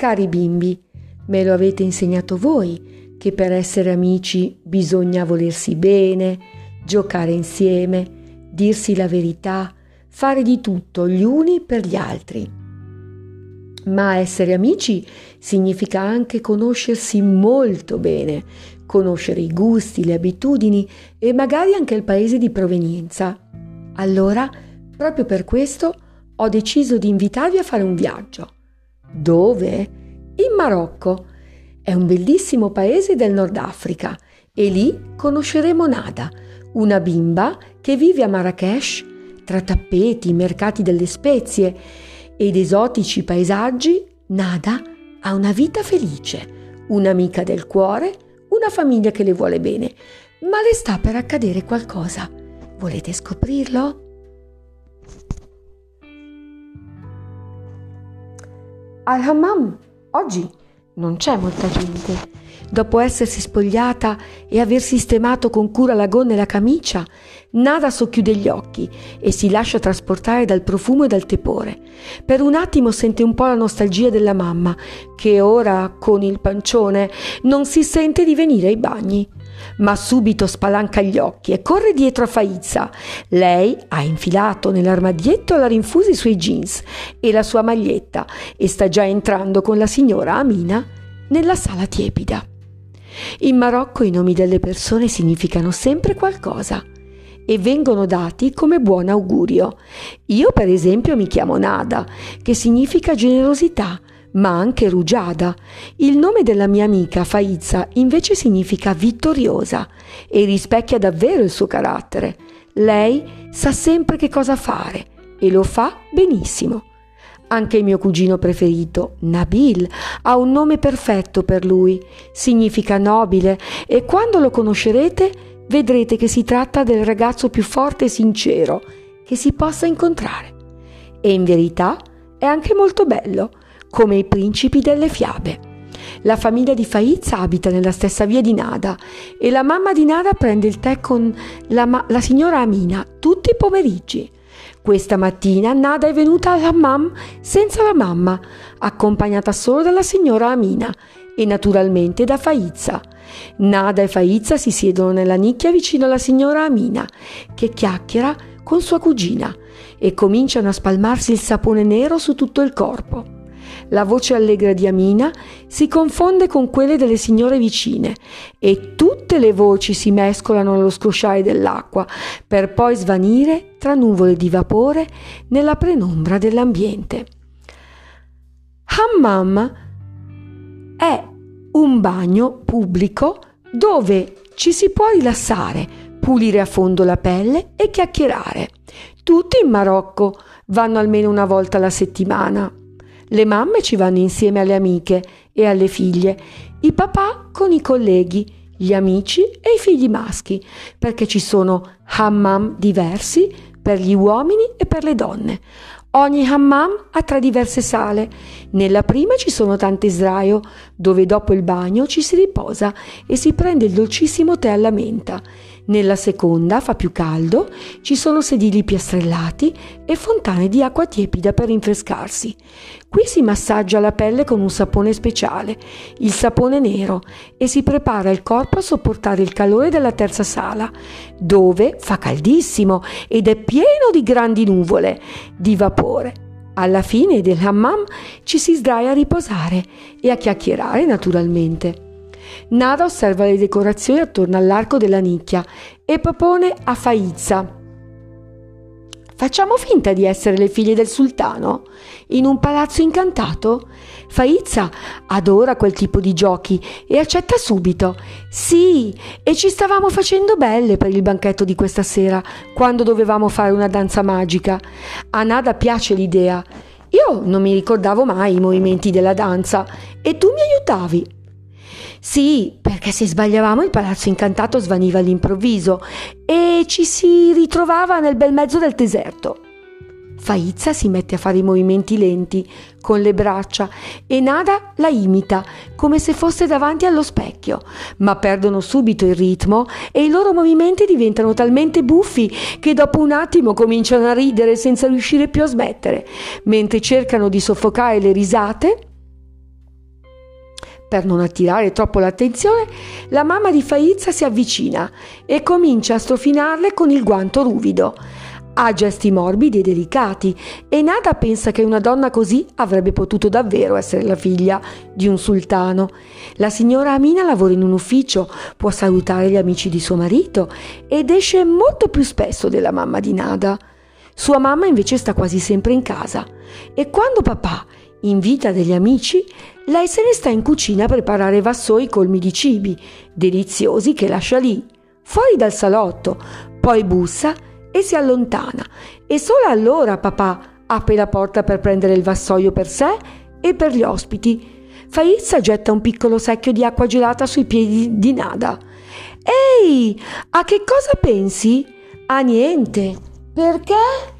Cari bimbi, me lo avete insegnato voi che per essere amici bisogna volersi bene, giocare insieme, dirsi la verità, fare di tutto gli uni per gli altri. Ma essere amici significa anche conoscersi molto bene, conoscere i gusti, le abitudini e magari anche il paese di provenienza. Allora, proprio per questo, ho deciso di invitarvi a fare un viaggio. Dove? In Marocco. È un bellissimo paese del Nord Africa e lì conosceremo Nada, una bimba che vive a Marrakech tra tappeti, mercati delle spezie ed esotici paesaggi. Nada ha una vita felice, un'amica del cuore, una famiglia che le vuole bene, ma le sta per accadere qualcosa. Volete scoprirlo? Al hammam oggi non c'è molta gente. Dopo essersi spogliata e aver sistemato con cura la gonna e la camicia, Nada socchiude gli occhi e si lascia trasportare dal profumo e dal tepore. Per un attimo sente un po' la nostalgia della mamma, che ora, con il pancione, non si sente di venire ai bagni. Ma subito spalanca gli occhi e corre dietro a Faiza. Lei ha infilato nell'armadietto la rinfusa i suoi jeans e la sua maglietta e sta già entrando con la signora Amina nella sala tiepida. In Marocco i nomi delle persone significano sempre qualcosa e vengono dati come buon augurio. Io per esempio mi chiamo Nada, che significa generosità, ma anche rugiada. Il nome della mia amica Faiza invece significa vittoriosa e rispecchia davvero il suo carattere. Lei sa sempre che cosa fare e lo fa benissimo. Anche il mio cugino preferito, Nabil, ha un nome perfetto per lui. Significa nobile e quando lo conoscerete vedrete che si tratta del ragazzo più forte e sincero che si possa incontrare. E in verità è anche molto bello, come i principi delle fiabe. La famiglia di Faiza abita nella stessa via di Nada e la mamma di Nada prende il tè con la signora Amina tutti i pomeriggi. Questa mattina Nada è venuta all'hammam senza la mamma, accompagnata solo dalla signora Amina e naturalmente da Faiza. Nada e Faiza si siedono nella nicchia vicino alla signora Amina, che chiacchiera con sua cugina, e cominciano a spalmarsi il sapone nero su tutto il corpo. La voce allegra di Amina si confonde con quelle delle signore vicine e tutte le voci si mescolano nello scrosciare dell'acqua per poi svanire tra nuvole di vapore nella penombra dell'ambiente. Hammam è un bagno pubblico dove ci si può rilassare, pulire a fondo la pelle e chiacchierare. Tutti in Marocco vanno almeno una volta alla settimana. Le mamme ci vanno insieme alle amiche e alle figlie, i papà con i colleghi, gli amici e i figli maschi, perché ci sono hammam diversi per gli uomini e per le donne. Ogni hammam ha 3 diverse sale. Nella prima ci sono tante sdraio, dove dopo il bagno ci si riposa e si prende il dolcissimo tè alla menta. Nella seconda, fa più caldo, ci sono sedili piastrellati e fontane di acqua tiepida per rinfrescarsi. Qui si massaggia la pelle con un sapone speciale, il sapone nero, e si prepara il corpo a sopportare il calore della terza sala, dove fa caldissimo ed è pieno di grandi nuvole di vapore. Alla fine del hammam ci si sdraia a riposare e a chiacchierare naturalmente. Nada osserva le decorazioni attorno all'arco della nicchia e propone a Faiza: facciamo finta di essere le figlie del sultano in un palazzo incantato? Faiza adora quel tipo di giochi e accetta subito. Sì, e ci stavamo facendo belle per il banchetto di questa sera, quando dovevamo fare una danza magica. A Nada piace l'idea. Io non mi ricordavo mai i movimenti della danza e tu mi aiutavi. Sì, perché se sbagliavamo il palazzo incantato svaniva all'improvviso e ci si ritrovava nel bel mezzo del deserto. Faiza si mette a fare i movimenti lenti con le braccia e Nada la imita come se fosse davanti allo specchio, ma perdono subito il ritmo e i loro movimenti diventano talmente buffi che dopo un attimo cominciano a ridere senza riuscire più a smettere, mentre cercano di soffocare le risate Per non attirare troppo l'attenzione, la mamma di Faizza si avvicina e comincia a strofinarle con il guanto ruvido. Ha gesti morbidi e delicati e Nada pensa che una donna così avrebbe potuto davvero essere la figlia di un sultano. La signora Amina lavora in un ufficio, può salutare gli amici di suo marito ed esce molto più spesso della mamma di Nada. Sua mamma invece sta quasi sempre in casa e quando papà invita degli amici, lei se ne sta in cucina a preparare vassoi colmi di cibi deliziosi che lascia lì, fuori dal salotto, poi bussa e si allontana e solo allora papà apre la porta per prendere il vassoio per sé e per gli ospiti. Faizza getta un piccolo secchio di acqua gelata sui piedi di Nada. «Ehi, a che cosa pensi?» «A niente». «Perché?»